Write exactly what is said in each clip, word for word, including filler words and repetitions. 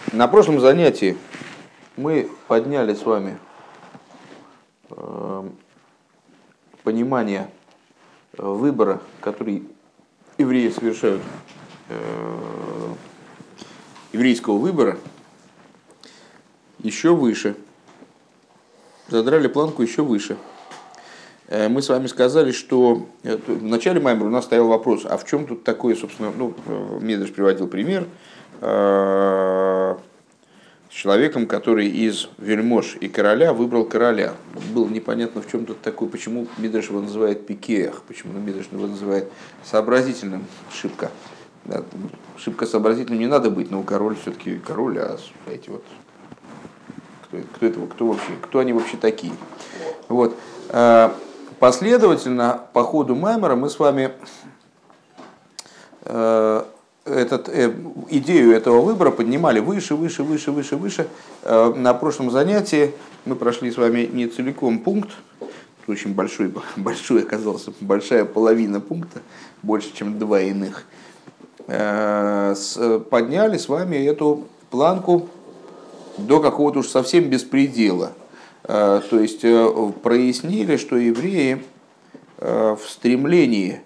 На прошлом занятии мы подняли с вами э, понимание выбора, который евреи совершают, э, еврейского выбора, еще выше. Задрали планку еще выше. Мы с вами сказали, что в начале маймера у нас стоял вопрос, а в чем тут такое, собственно, ну, Мидраш приводил пример с человеком, который из вельмож и короля выбрал короля. Было непонятно, в чем тут такое, почему Мидраш его называет пикеях, почему Мидраш его называет сообразительным, шибко. Да, шибко сообразительным не надо быть, но король все-таки король, а эти вот, кто, кто, это, кто, вообще, кто они вообще такие. Вот. Последовательно по ходу маймера мы с вами э, этот, э, идею этого выбора поднимали выше, выше, выше, выше, выше. Э, на прошлом занятии мы прошли с вами не целиком пункт, очень большой, большой оказался, большая половина пункта, больше, чем два иных. Э, с, подняли с вами эту планку до какого-то уж совсем беспредела. То есть прояснили, что евреи в стремлении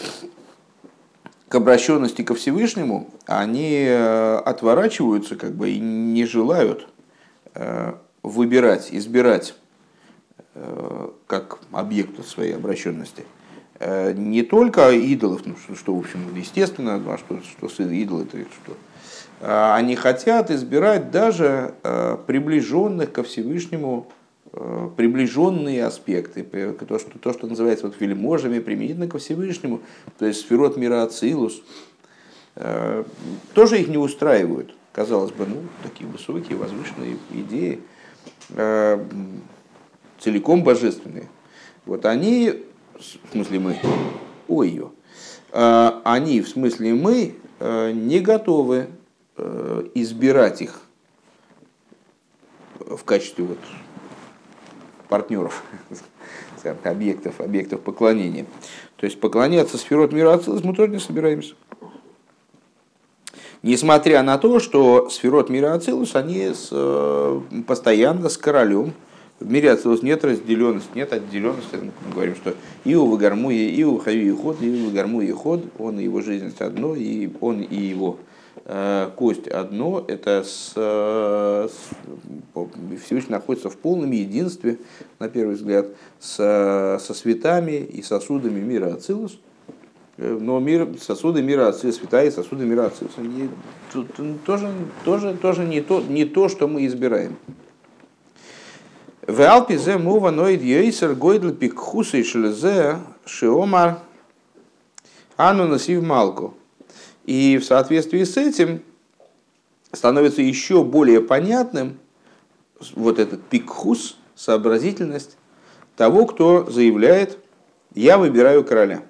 к обращенности ко Всевышнему, они отворачиваются как бы, и не желают выбирать, избирать как объект своей обращенности не только идолов, ну, что, что в общем естественно, а что, что идолы, это что. Они хотят избирать даже приближенных ко Всевышнему, приближенные аспекты, то, что, то, что называется вот вельможами, применительно ко Всевышнему, то есть сферот мира Ацилус, тоже их не устраивают. Казалось бы, ну, такие высокие, возвышенные идеи, целиком божественные. Вот они, в смысле мы, ой, они, в смысле мы, не готовы избирать их в качестве вот партнеров, скажем, объектов, объектов поклонения. То есть поклоняться сферот мира Ацилус мы тоже не собираемся. Несмотря на то, что сферот мира Ацилус, они с, постоянно с королем. В мире Ацилус нет разделенности, нет отделенности. Мы говорим, что Иу вагарму, Иу хави и ход, Иу вагарму и ход, он и его жизненность одно, и он и его кость одно, это с, с, Всевышний находится в полном единстве, на первый взгляд, с, со светами и сосудами мира Ацилус. Но мир, сосуды мира Ацилус, святая и сосуды мира Ацилус, они тут тоже, тоже, тоже не, то, не то, что мы избираем. В Алпизе мова ноид йейсер гойдл пикхуса и шлезе шиомар ану насив малку. И в соответствии с этим становится еще более понятным вот этот пикхус, сообразительность того, кто заявляет: «Я выбираю короля».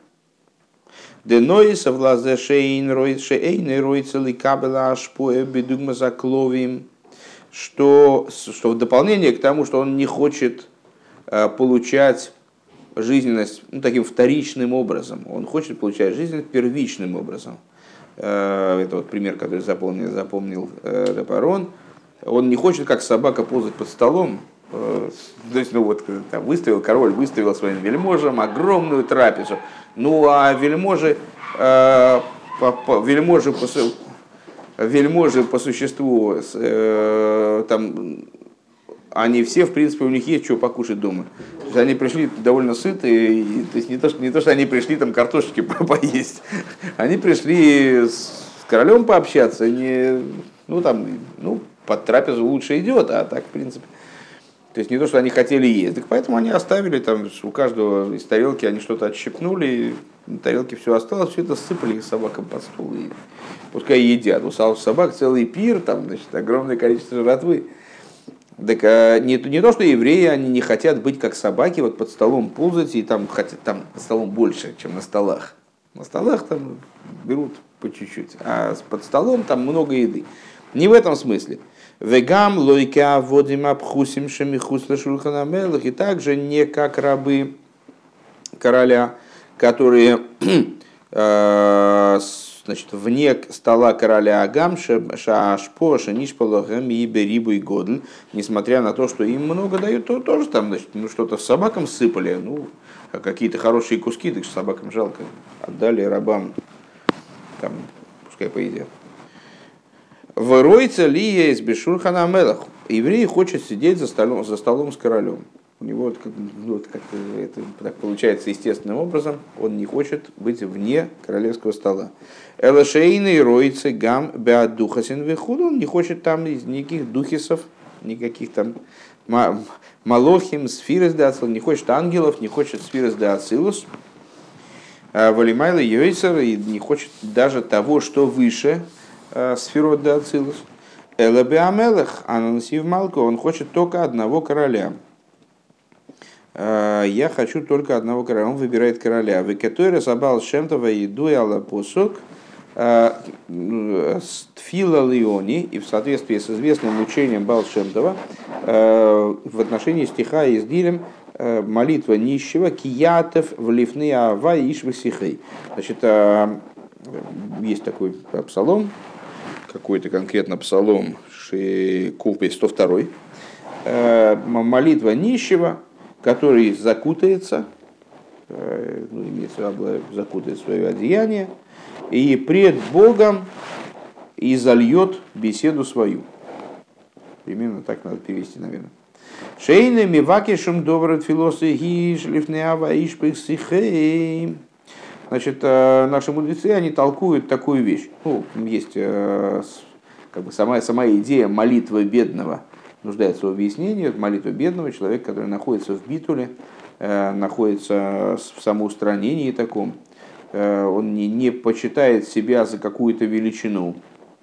Что, что в дополнение к тому, что он не хочет получать жизненность, ну, таким вторичным образом, он хочет получать жизненность первичным образом. Это вот пример, который запомнил, запомнил Рапарон. Он не хочет, как собака, ползать под столом. То есть, ну вот, там, выставил король, выставил своим вельможам огромную трапезу. Ну а вельможи, э, по, по, вельможи, по, вельможи по существу, э, там, они все, в принципе, у них есть что покушать дома. То есть они пришли довольно сытые, и, то есть не то, что, не то, что они пришли там картошечки поесть, они пришли с королем пообщаться, не, ну там, ну, под трапезу лучше идет, а так, в принципе. То есть не то, что они хотели есть, так поэтому они оставили там, у каждого из тарелки они что-то отщипнули, на тарелке все осталось, все это сыпали собакам под стол, и пускай едят. У собак целый пир, там, значит, огромное количество жратвы. Так не, не то, что евреи, они не хотят быть как собаки, вот под столом ползать, и там хотят, там под столом больше, чем на столах. На столах там берут по чуть-чуть, а под столом там много еды. Не в этом смысле. Вегам лойка водим абхусим шемихус лашулхана мелах, и также не как рабы короля, которые э, значит, вне стола короля Агам, Шаашпо, Шанишпалагам и Берибу и Годль, несмотря на то, что им много дают, то тоже там, значит, ну, что-то собакам сыпали, ну, а какие-то хорошие куски, так что собакам жалко, отдали рабам, там, пускай поедят. Выройца ли есть бешурхана мелах. Еврей хочет сидеть за столом, за столом с королем. У него вот, вот как это так получается естественным образом, он не хочет быть вне королевского стола. Элашейный ройцы гам беадухасин вихуд, он не хочет там никаких духисов, никаких там малохим, сфирос де ацилус, не хочет ангелов, не хочет сфирос де ацилус. Валимайла йойсер, и не хочет даже того, что выше сфирот де ацилус. Элабе амелех, анансив малко, он хочет только одного короля. Я хочу только одного короля. Он выбирает короля. Векатойра сабал шемтова еду и алапосок тфила леони, и в соответствии с известным учением Баал Шемтова в отношении стиха из Дилем молитва нищего киятов в лифны ава и ишвасихей. Значит, есть такой псалом, какой-то конкретно псалом Кувпей сто два, молитва нищего, который закутается, ну, имеется в виду, закутает свое одеяние, и пред Богом изольет беседу свою. Примерно так надо перевести, наверное. Шейны мивакишем добрат филосы гиш лифнеава ишпихсихей. Значит, наши мудрецы, они толкуют такую вещь. Ну, есть как бы сама, сама идея молитвы бедного нуждается в объяснении. Молитва бедного человека, который находится в битуле, находится в самоустранении таком. Он не, не почитает себя за какую-то величину.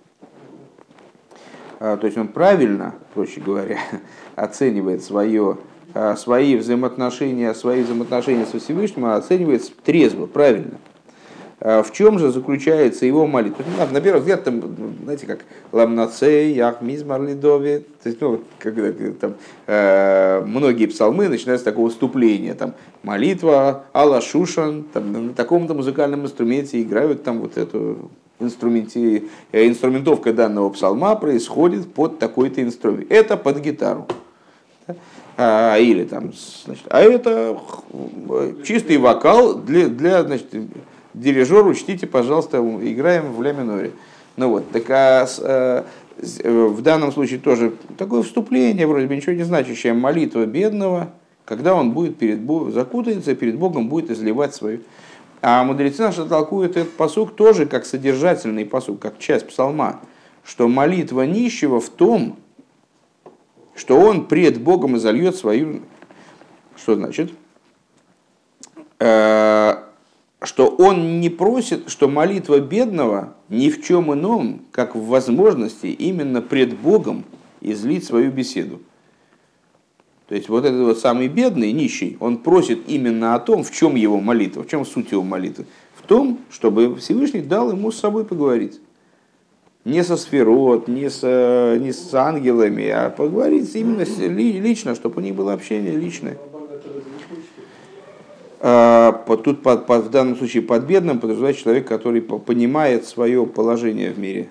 То есть он правильно, проще говоря, оценивает свое, свои взаимоотношения, свои взаимоотношения со Всевышним, оценивает трезво, правильно. В чем же заключается его молитва? Ну, на первый взгляд, там, знаете, как ламнацей, яхмизмар лидови, то есть, ну, когда там э, многие псалмы начинаются с такого вступления, там молитва Алла Шушан, там, на таком-то музыкальном инструменте играют там вот эту инструменте, инструментовка данного псалма происходит под такой-то инструмент. Это под гитару. А, или там, значит, а это чистый вокал для, для значит, дирижер, учтите, пожалуйста, играем в ля миноре. Ну вот, так а, а, в данном случае тоже такое вступление, вроде бы ничего не значащее, молитва бедного, когда он будет перед Богом, закутается, перед Богом будет изливать свою. А мудрецы наши толкуют этот пасук тоже как содержательный пасук, как часть псалма, что молитва нищего в том, что он пред Богом изольет свою... Что значит? Что он не просит, что молитва бедного ни в чем ином, как в возможности именно пред Богом излить свою беседу. То есть вот этот вот самый бедный, нищий, он просит именно о том, в чем его молитва, в чем суть его молитвы. В том, чтобы Всевышний дал ему с собой поговорить. Не со сферот, не с, не с ангелами, а поговорить именно лично, чтобы у них было общение личное. Тут под, под, в данном случае под бедным подразумевается человек, который понимает свое положение в мире.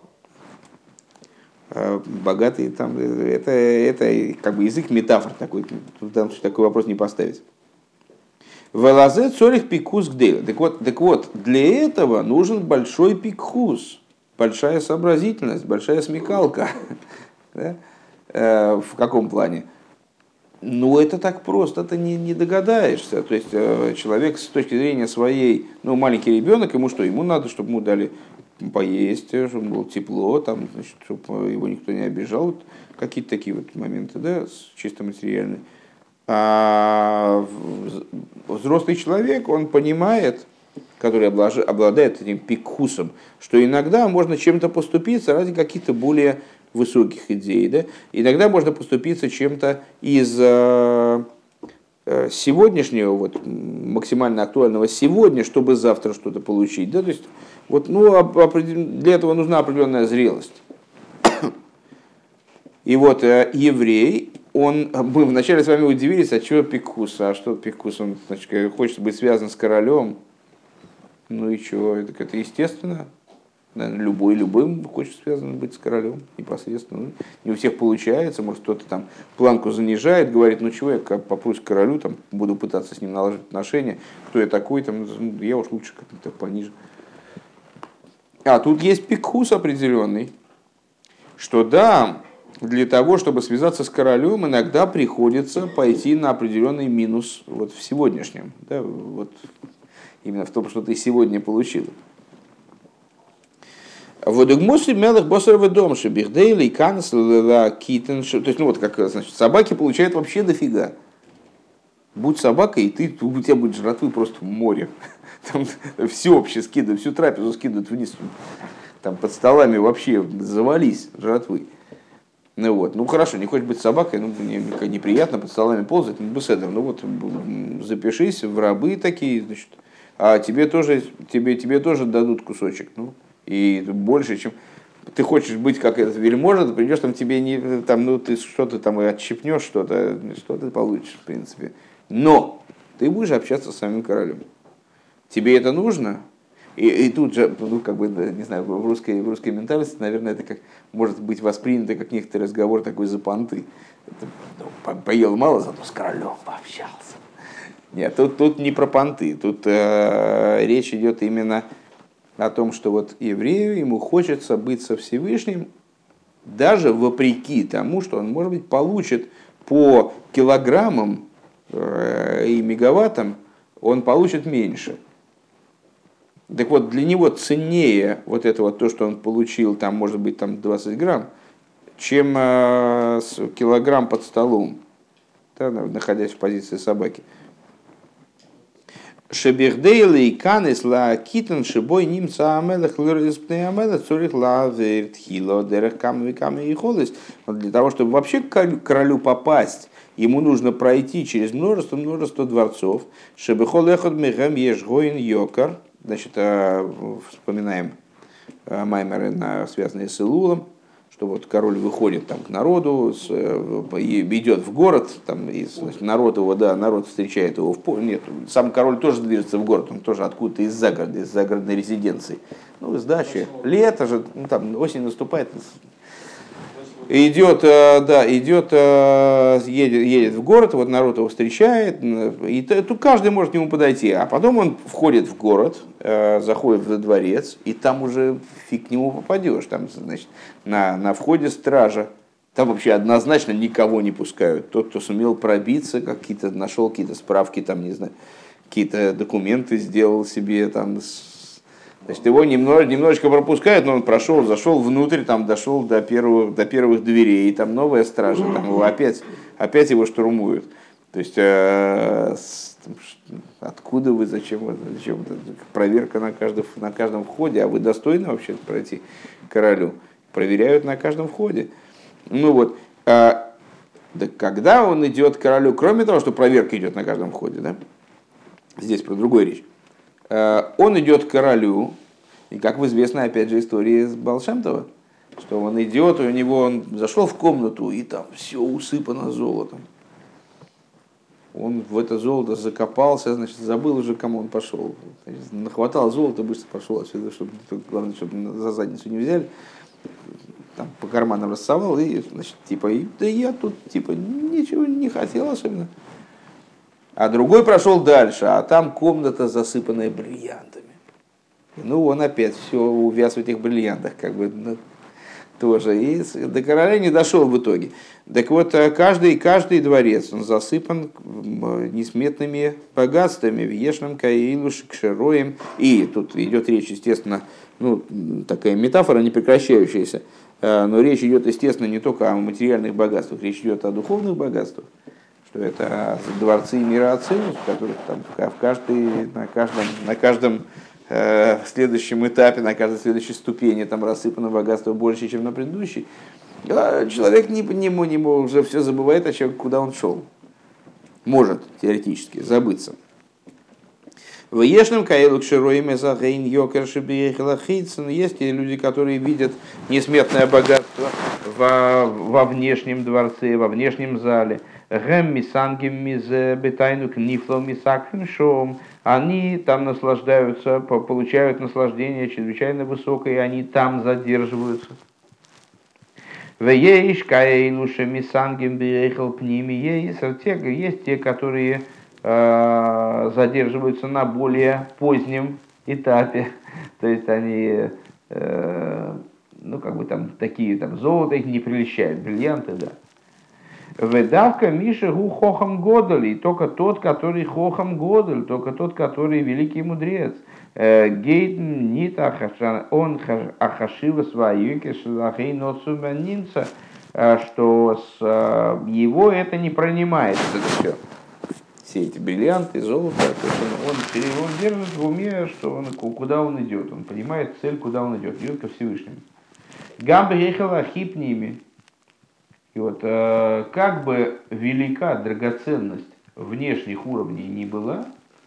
Богатый там, это, это как бы язык метафор такой, в данном случае такой вопрос не поставить. Велазе цорих пикхус гдейла. Так вот, так вот, для этого нужен большой пикхус, большая сообразительность, большая смекалка. Да? В каком плане? Ну, это так просто, ты не, не догадаешься. То есть человек с точки зрения своей, ну, маленький ребенок, ему что? Ему надо, чтобы ему дали поесть, чтобы было тепло, там, значит, чтобы его никто не обижал. Вот какие-то такие вот моменты, да, чисто материальные. А взрослый человек, он понимает, который обладает этим пикхусом, что иногда можно чем-то поступиться ради каких-то более высоких идей. Да? Иногда можно поступиться чем-то из сегодняшнего, вот, максимально актуального сегодня, чтобы завтра что-то получить. Да? То есть, вот, ну, для этого нужна определенная зрелость. И вот еврей, он, мы вначале с вами удивились, а чего пикхус, а что пикхус, он, значит, хочет быть связан с королем. Ну и что, это, это естественно. Наверное, любой, любым хочет связан быть с королем непосредственно. Ну, не у всех получается, может кто-то там планку занижает, говорит, ну чего я попрусь к королю, там, буду пытаться с ним наладить отношения, кто я такой, там, я уж лучше как-то пониже. А тут есть пикхус определенный, что да, для того, чтобы связаться с королем, иногда приходится пойти на определенный минус вот в сегодняшнем, да, вот именно в том, что ты сегодня получил. Водогмусы мелых боссовый дом, шебихдейли, канс, ла китен, то есть, ну вот как, значит, собаки получают вообще дофига. Будь собакой, и ты, у тебя будет жратвы просто в море. Там всеобще скидывают, всю трапезу скидывают вниз. Там под столами вообще завались жратвы. Ну вот, ну хорошо, не хочешь быть собакой, ну мне неприятно под столами ползать, ну без этого. Ну вот запишись в рабы такие, значит, а тебе тоже, тебе, тебе тоже дадут кусочек, ну и больше, чем ты хочешь быть как этот вельможа, ты придешь, там тебе не, там, ну ты что-то там и отщипнешь, что-то, что ты получишь, в принципе. Но ты будешь общаться с самим королем. Тебе это нужно? И, и тут же, ну, как бы, не знаю, в русской, в русской ментальности, наверное, это как может быть воспринято как некоторый разговор такой за понты. Это, ну, поел мало, зато с королем пообщался. Нет, тут, тут не про понты, тут э, речь идет именно о том, что вот еврею, ему хочется быть со Всевышним, даже вопреки тому, что он, может быть, получит по килограммам э, и мегаваттам, он получит меньше. Так вот, для него ценнее вот это вот то, что он получил, там, может быть, там двадцать грамм, чем э, килограмм под столом, да, находясь в позиции собаки. Шебихдейли и канес ла китен шибой немца амелах лырыспны амелах цурих ла вертхило дерех камы камы и холость. Для того, чтобы вообще к королю попасть, ему нужно пройти через множество-множество дворцов. Шебихол эхот мегам еш гоин йокар. Значит, вспоминаем маймеры, связанные с Илулом, что вот король выходит там к народу, с, идет в город, там, и, значит, народ его, да, народ встречает его в поле. Нет, сам король тоже движется в город, он тоже откуда-то из загорода, из загородной резиденции. Ну, из дачи. Лето же, ну, там осень наступает. Идет, да, идет, едет, едет в город, вот народ его встречает, и тут каждый может к нему подойти. А потом он входит в город, заходит в дворец, и там уже фиг к нему попадешь. Там, значит, на, на входе стража. Там вообще однозначно никого не пускают. Тот, кто сумел пробиться, какие-то, нашел какие-то справки, там, не знаю, какие-то документы сделал себе, там, значит, его немного, немножечко пропускают, но он прошел, зашел внутрь, там, дошел до первых, до первых дверей, и там новая стража, там его опять, опять его штурмуют. То есть, э, откуда вы, зачем, зачем проверка на каждом, на каждом входе, а вы достойны вообще пройти к королю? Проверяют на каждом входе. Ну вот, э, да когда он идет к королю, кроме того, что проверка идет на каждом входе, да? Здесь про другую речь. Он идет к королю, и как в известной, опять же, истории с Баал Шем Това, что он идет, и у него он зашел в комнату, и там все усыпано золотом. Он в это золото закопался, значит, забыл уже, кому он пошел. Значит, нахватал золота, быстро пошел отсюда, чтобы, главное, чтобы за задницу не взяли. Там по карманам рассовал, и, значит, типа, да я тут, типа, ничего не хотел особенно. А другой прошел дальше, а там комната, засыпанная бриллиантами. Ну, он опять все увяз в этих бриллиантах, как бы, ну, тоже. И до короля не дошел в итоге. Так вот, каждый, каждый дворец, он засыпан несметными богатствами, вешным, каилу, шикшероем. И тут идет речь, естественно, ну, такая метафора непрекращающаяся, но речь идет, естественно, не только о материальных богатствах, речь идет о духовных богатствах. Что это дворцы мира Ацилус, в которых там в каждый, на каждом, на каждом э, следующем этапе, на каждой следующей ступени там рассыпано богатство больше, чем на предыдущей. А человек не, не, не, не уже все забывает, о чем, куда он шел. Может теоретически забыться. В Ешном Каилу Кшироиме Загейн Йокерши Биехалахицин есть люди, которые видят несметное богатство во, во внешнем дворце, во внешнем зале. Гэм мисангим мизе бетайну книфлом мисакфим шоум. Они там наслаждаются, получают наслаждение чрезвычайно высокое, и они там задерживаются. Есть те, которые э, задерживаются на более позднем этапе, то есть они, э, ну как бы там такие, там золото их не прельщает, бриллианты, да. Ведавка Миша гу хохам годали, только тот, который хохам годаль, только тот, который великий мудрец. Гейден нит он ахашива свою кешлахей ноцуманинца, что с его это не пронимается, это все. Все эти бриллианты, золото, то есть он, он, он держит в уме, что он, куда он идет, он понимает цель, куда он идет, идет ко Всевышнему. Гамбе ехала хипними. И вот как бы велика драгоценность внешних уровней не была,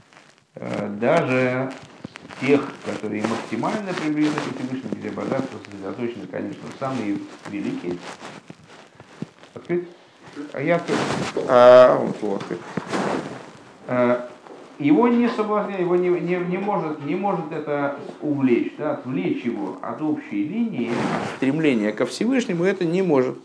даже тех, которые максимально приближены к Всевышнему, где богатство сосредоточено, конечно, самые великие. Открыть? А я открыл. А, он открыт. Его не соблазняет, его не, не, не, может, не может это увлечь, да, отвлечь его от общей линии. Стремление ко Всевышнему это не может.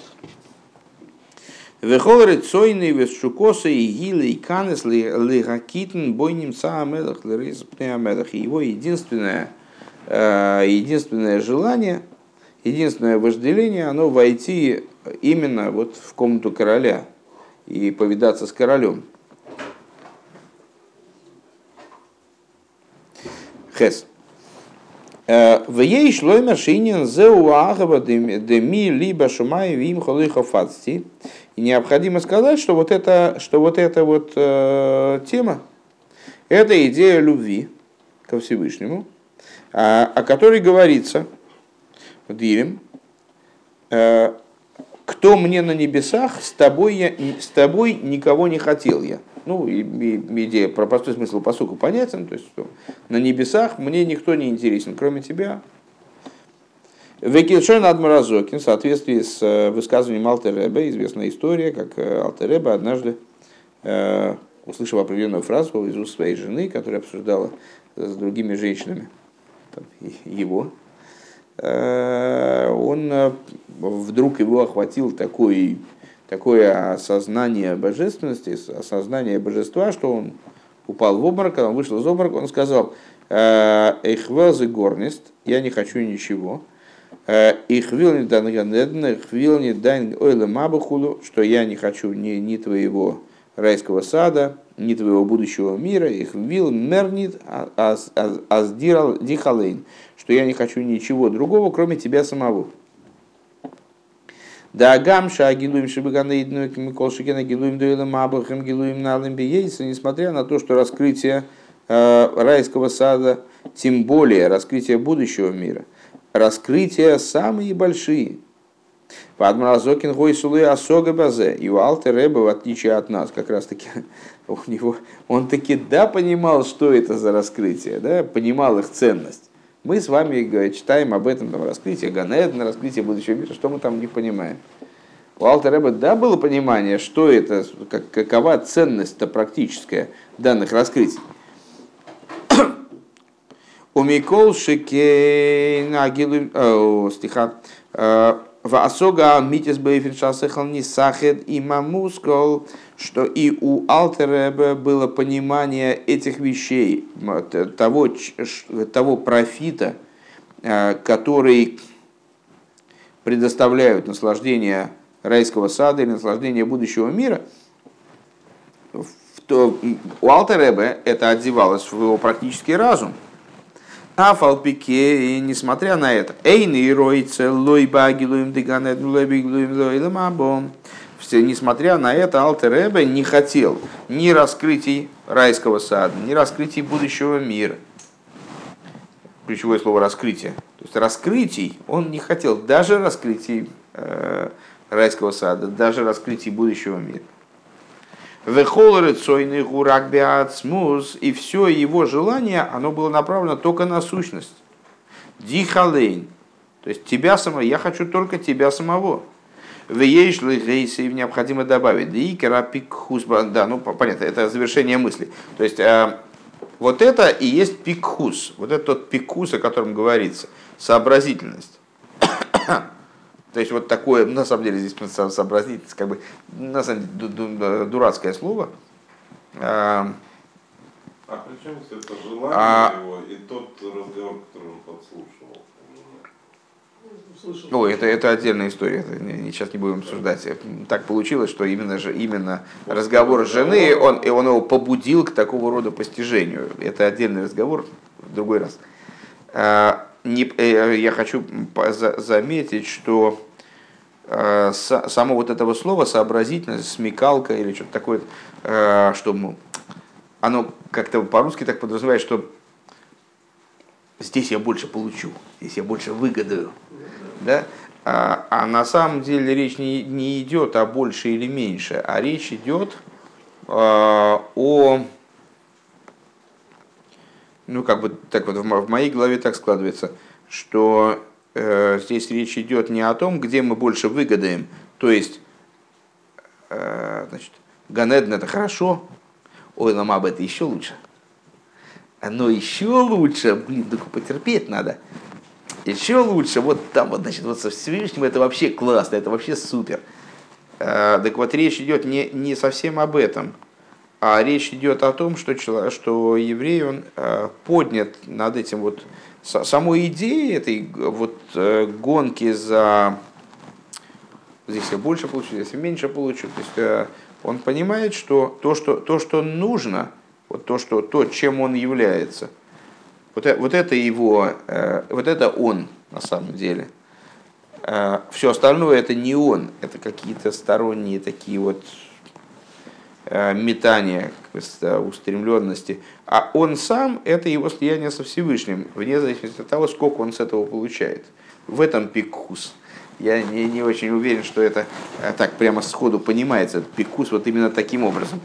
Вехолры цойны весшукосы и гилы и канес лигакитн бойним саамедах лиризпнеамедах. Его единственное, единственное желание, единственное вожделение, оно войти именно вот в комнату короля и повидаться с королем. Хес. В ей шло машинин зеуахава деми либо шумай вим холыхофацти. И необходимо сказать, что вот эта, что вот эта вот э, тема, это идея любви ко Всевышнему, о, о которой говорится в Дилем, э, кто мне на небесах, с тобой, я, с тобой никого не хотел я. Ну, и, и, идея про простой смысл пасука понятен, то есть что на небесах мне никто не интересен, кроме тебя. Векилшон Адмаразокин, в соответствии с высказыванием Алтер Ребе, известная история, как Алтер Ребе однажды, э, услышав определенную фразу из уст своей жены, которая обсуждала с другими женщинами там, его, э, он э, вдруг его охватил такой, такое осознание божественности, осознание божества, что он упал в обморок, когда он вышел из обморока, он сказал: «Эхвелзе горнист, я не хочу ничего». Их вилни дан ганедн, их вилни дан ойле мабахулу, что я не хочу ни, ни твоего райского сада, ни твоего будущего мира, их вил мернит аздирал дихалейн, что я не хочу ничего другого, кроме тебя самого. Да гамша агилуем шибаганейдну микол шикена гилуем дуэлем мабахем гилуем налым биейса, несмотря на то, что раскрытие э, райского сада, тем более раскрытие будущего мира, раскрытия самые большие. Падмаразокин гойсулы асога базе. И у Алтер Ребе, в отличие от нас, как раз таки у него, он таки да понимал, что это за раскрытие, да, понимал их ценность. Мы с вами читаем об этом, там, раскрытие Ганедна, раскрытие будущего мира, что мы там не понимаем. У Алтер Ребе да было понимание, что это, как, какова ценность-то практическая данных раскрытий. У Микол Шике Нагилу стиха в Асога Митис Бейфиншасехал не Сахед и Мамускол, что и у Алтер Ребе было понимание этих вещей, того, того профита, который предоставляют наслаждение райского сада или наслаждение будущего мира. То у Алтер Ребе это одевалось в его практический разум. А фалпике, и несмотря на это, эйны роице лой багилуем диганет лой биглуем лой ламабом. Несмотря на это, Алтер Ребе не хотел ни раскрытий райского сада, ни раскрытий будущего мира. Ключевое слово раскрытие. То есть раскрытий он не хотел, даже раскрытий э, райского сада, даже раскрытий будущего мира. И все его желание, оно было направлено только на сущность. Дихалейн, то есть тебя самого, я хочу только тебя самого. Веешлы гейсы необходимо добавить. Дикера пикхус. Да, ну понятно, это завершение мысли. То есть вот это и есть пикхус. Вот это тот пикхус, о котором говорится. Сообразительность. То есть вот такое, на самом деле здесь сообразительность, как бы, на самом деле, дурацкое слово. А при чем это желание а... его и тот разговор, который он подслушивал? Ой, это, это отдельная история, это не, сейчас не будем обсуждать. Так получилось, что именно, же, именно разговор с жены, он, и он его побудил к такого рода постижению. Это отдельный разговор, в другой раз. А, не, я хочу заметить, что а, с, само вот этого слова сообразительность, смекалка или что-то такое, а, что оно как-то по-русски так подразумевает, что здесь я больше получу, здесь я больше выгодаю. Да? А, а на самом деле речь не, не идет о больше или меньше, а речь идет а, о, ну как бы так вот в моей голове так складывается, что э, здесь речь идет не о том, где мы больше выгодаем, то есть, э, значит, Ганеден это хорошо, ой, ламаб это еще лучше, оно еще лучше, блин, только потерпеть надо. Еще лучше, вот там, вот, значит, вот со Всевышним это вообще классно, это вообще супер. А, так вот, речь идет не, не совсем об этом, а речь идет о том, что, человек, что еврей, он а, поднят над этим вот, самой идеей этой вот а, гонки за здесь я больше получу, здесь я меньше получу. То есть а, он понимает, что то, что, то, что нужно, вот то, что, то, чем он является, Вот, вот это его, вот это он на самом деле. Все остальное это не он, это какие-то сторонние такие вот метания, устремленности. А он сам это его слияние со Всевышним, вне зависимости от того, сколько он с этого получает. В этом пикхус. Я не, не очень уверен, что это так прямо сходу понимается. Этот пикхус вот именно таким образом.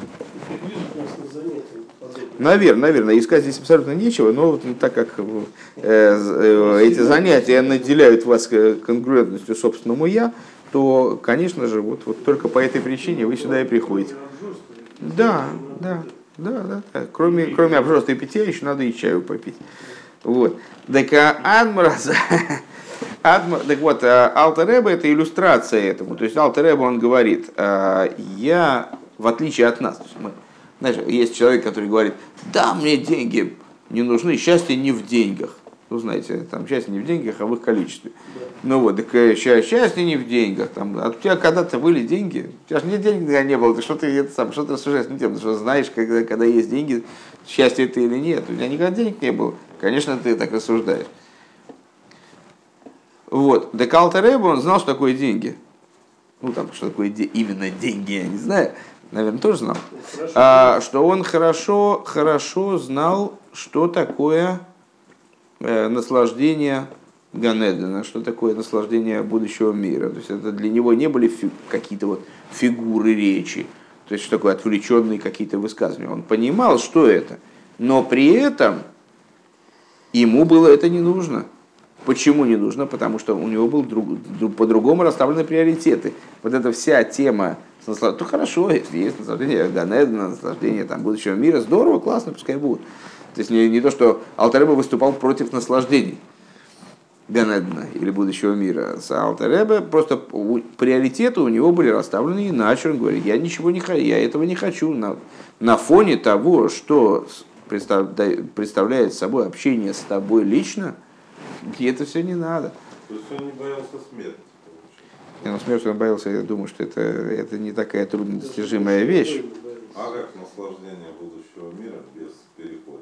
Наверное, наверное, искать здесь абсолютно нечего, но так как э, э, эти занятия наделяют вас конгруентностью собственному «я», то, конечно же, вот, вот только по этой причине вы сюда и приходите. Да, да, да, да. да. Кроме, кроме обжорства и питья еще надо и чаю попить. Вот. Так, Адмураз... Так вот, Алтер Ребе это иллюстрация этому. То есть Алтер Ребе он говорит, я, в отличие от нас, мы, знаешь, есть человек, который говорит, да, мне деньги не нужны, счастье не в деньгах. Ну, знаете, там счастье не в деньгах, а в их количестве. Ну вот, так счастье не в деньгах. Там, а у тебя когда-то были деньги, у тебя же нет денег никогда не было, ты что ты это сам, что ты рассуждаешь не тем, потому что знаешь, когда, когда есть деньги, счастье это или нет. У тебя никогда денег не было. Конечно, ты так рассуждаешь. Вот, так Алтер Ребе, он знал, что такое деньги. Ну, там, что такое де- именно деньги, я не знаю. Наверное, тоже знал. А, что он хорошо, хорошо знал, что такое э, наслаждение Ганедена, что такое наслаждение будущего мира. То есть это для него не были фи- какие-то вот фигуры речи, то есть что такое отвлеченные какие-то высказывания. Он понимал, что это, но при этом ему было это не нужно. Почему не нужно? Потому что у него был друг, друг, по-другому расставлены приоритеты. Вот эта вся тема с наслаждением. Ну хорошо, если есть наслаждение Ганедена, наслаждение там, будущего мира, здорово, классно, пускай будут. То есть не, не то, что Алтер Ребе выступал против наслаждений Ганедена или будущего мира. С Алтер Ребе просто приоритеты у него были расставлены иначе. Он говорит, я ничего не хочу, я этого не хочу. На, на фоне того, что представляет собой общение с тобой лично, и это все не надо. То есть он не боялся смерти? Не, ну смерти он боялся, я думаю, что это, это не такая труднодостижимая вещь. А как наслаждение будущего мира без перехода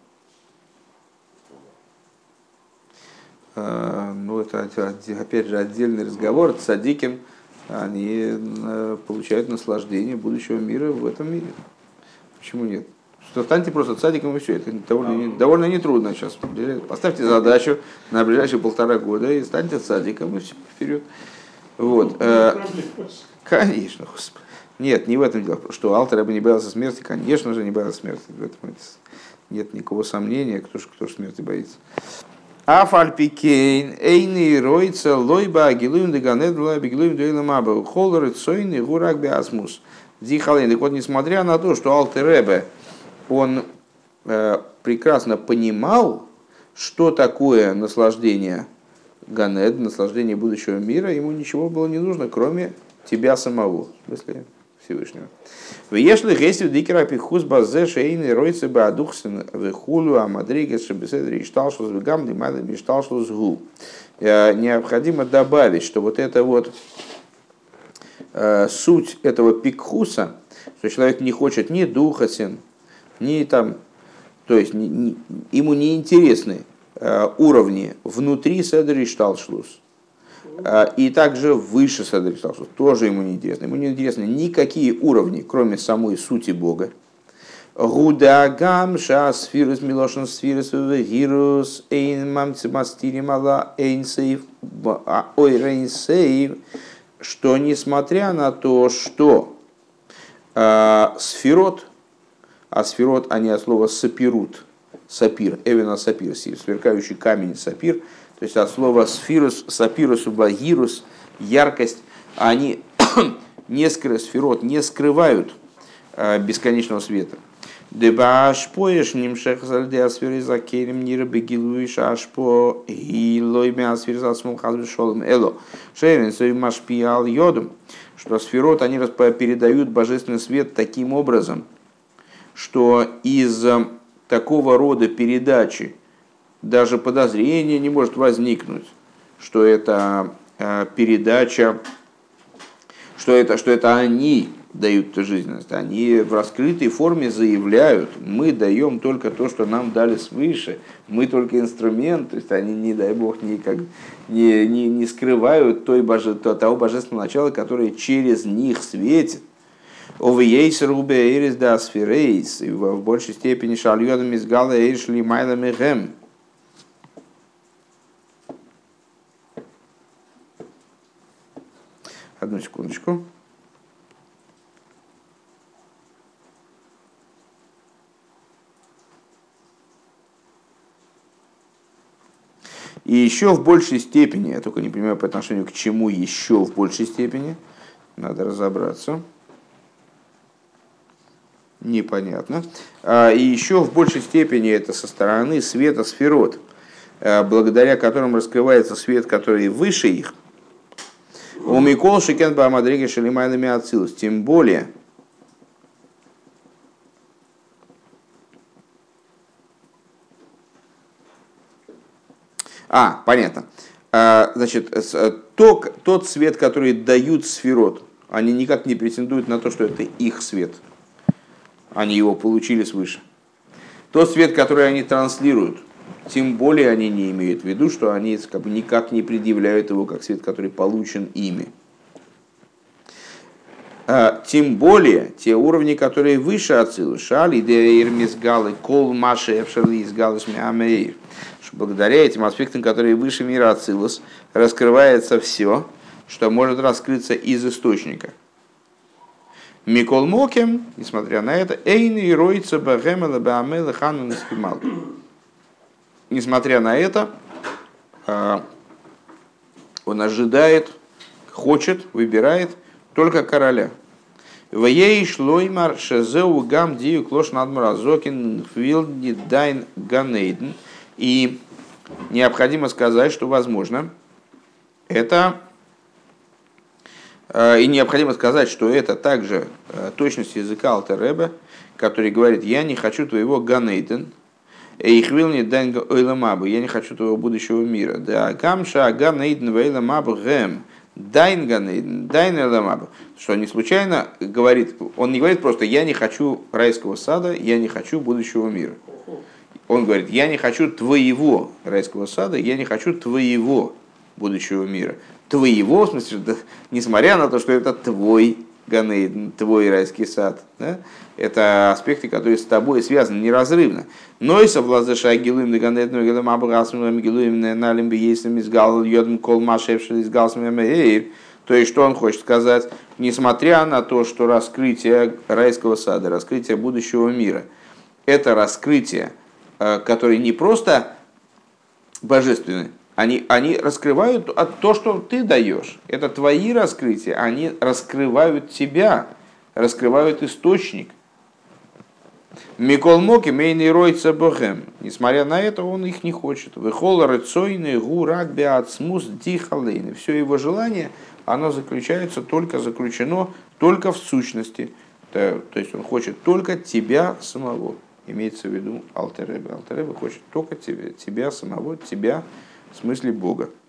в него? А, ну, это опять же отдельный разговор. Цадиким, они получают наслаждение будущего мира в этом мире. Почему нет? Что станьте просто цадиком и все. Это довольно, довольно нетрудно сейчас. Поставьте задачу на ближайшие полтора года и станьте цадиком и все, вперед. Вот. Конечно, Господи. Нет, не в этом дело. Что Алтер Ребе не боялся смерти, конечно же, не боялся смерти. В этом нет никакого сомнения, кто же, кто же смерти боится. Афальпикейн, эйни ройца, лойба, агилуем деганед, лойба, агилуем дейлемаба, холлер, цойни, гурак биасмус. Дихалейн. Так вот, несмотря на то, что Алтер Ребе, он э, прекрасно понимал, что такое наслаждение Ганед, наслаждение будущего мира, ему ничего было не нужно, кроме тебя самого, в смысле Всевышнего. Если гесив дикера пихус базе шейны ройцы бы адухсен вехулю амадригес шебеседри и шталшлус вегам димады и шталшлус гу. Необходимо добавить, что вот это вот э, суть этого пикхуса, что человек не хочет ни духасен, ни там, то есть ни, ни, ему не интересны э, уровни внутри седри и шталшлус. И также выше Седер Шталшлус, тоже ему не интересно. Ему не интересны никакие уровни, кроме самой сути Бога. Гудагам ша сфирус милошен сфирус вегирус эйн мамцемастири мала эйн сейв ой рейн сейв, что несмотря на то, что э, сфирот, а сфирот они от слова сапирут, сапир, эвена сапир, сверкающий камень сапир, то есть от слова сфирус, сапирус, багирус, яркость, они не скры, сферот не скрывают э, бесконечного света. Дебаш поешь нимшех зальдеа сфериза керем нира бегилуиш ашпо и лоймя сфериза смолхаз шолом эло шерин свой машпиал йодом, что сферот они передают божественный свет таким образом, что из такого рода передачи даже подозрение не может возникнуть, что это э, передача, что это, что это они дают эту жизненность. Они в раскрытой форме заявляют, мы даем только то, что нам дали свыше, мы только инструмент, то есть они, не дай бог, никак, не, не, не скрывают той боже, того божественного начала, которое через них светит. Овейс рубе эрис да сферейс, в большей степени шальёдам из гала эришли майлами гэм. Одну секундочку. И еще в большей степени, я только не понимаю по отношению к чему еще в большей степени, надо разобраться. Непонятно. И еще в большей степени это со стороны света сферот, благодаря которым раскрывается свет, который выше их. У Микол Шикен Баамадриги Шалимайнами Ацилус. Тем более, а, понятно. Значит, тот, тот свет, который дают сферот, они никак не претендуют на то, что это их свет. Они его получили свыше. Тот свет, который они транслируют, тем более они не имеют в виду, что они как бы никак не предъявляют его как свет, который получен ими. Тем более те уровни, которые выше Ацилус, шали деир мизгалы кол маши эфшали изгалы смеамеир, что благодаря этим аспектам, которые выше мира Ацилус, раскрывается все, что может раскрыться из источника. Микол Мокем, несмотря на это, эйни ройца бахемела баамела хану наскимал. Несмотря на это, он ожидает, хочет, выбирает только короля. Ваей шлоймар шезеу гам дию клош надмразокин хвилди дайн ганейден. И необходимо сказать, что возможно, это и необходимо сказать, что это также точность языка Алтер Ребе, который говорит: я не хочу твоего ганейден. Я не хочу твоего будущего мира. Да, камша ганейден вейламаб гэм дайн ганейден дайн эламаб. Что не случайно говорит, он не говорит просто: я не хочу райского сада, я не хочу будущего мира. Он говорит: я не хочу твоего райского сада, я не хочу твоего будущего мира. Твоего, в смысле, да, несмотря на то, что это твой ганейден, твой райский сад, да? Это аспекты, которые с тобой связаны неразрывно. Но и совлазаша агилуем на ганейден, гилуем абрасмем, гилуем налим бейсом изгал йодом кол машевший изгал смемеир. То есть, что он хочет сказать? Несмотря на то, что раскрытие райского сада, раскрытие будущего мира, это раскрытие, которое не просто божественны. Они, они раскрывают то, что ты даешь. Это твои раскрытия. Они раскрывают тебя, раскрывают источник. Микол моки мейный ройца бохем. Несмотря на это, он их не хочет. Выхол рыцойный гурак биацмус дихалейны. Все его желание, оно заключается только, заключено только в сущности. То, то есть он хочет только тебя самого. Имеется в виду Алтер Ребе. Алтер Ребе хочет только тебя, тебя самого, тебя в смысле Бога.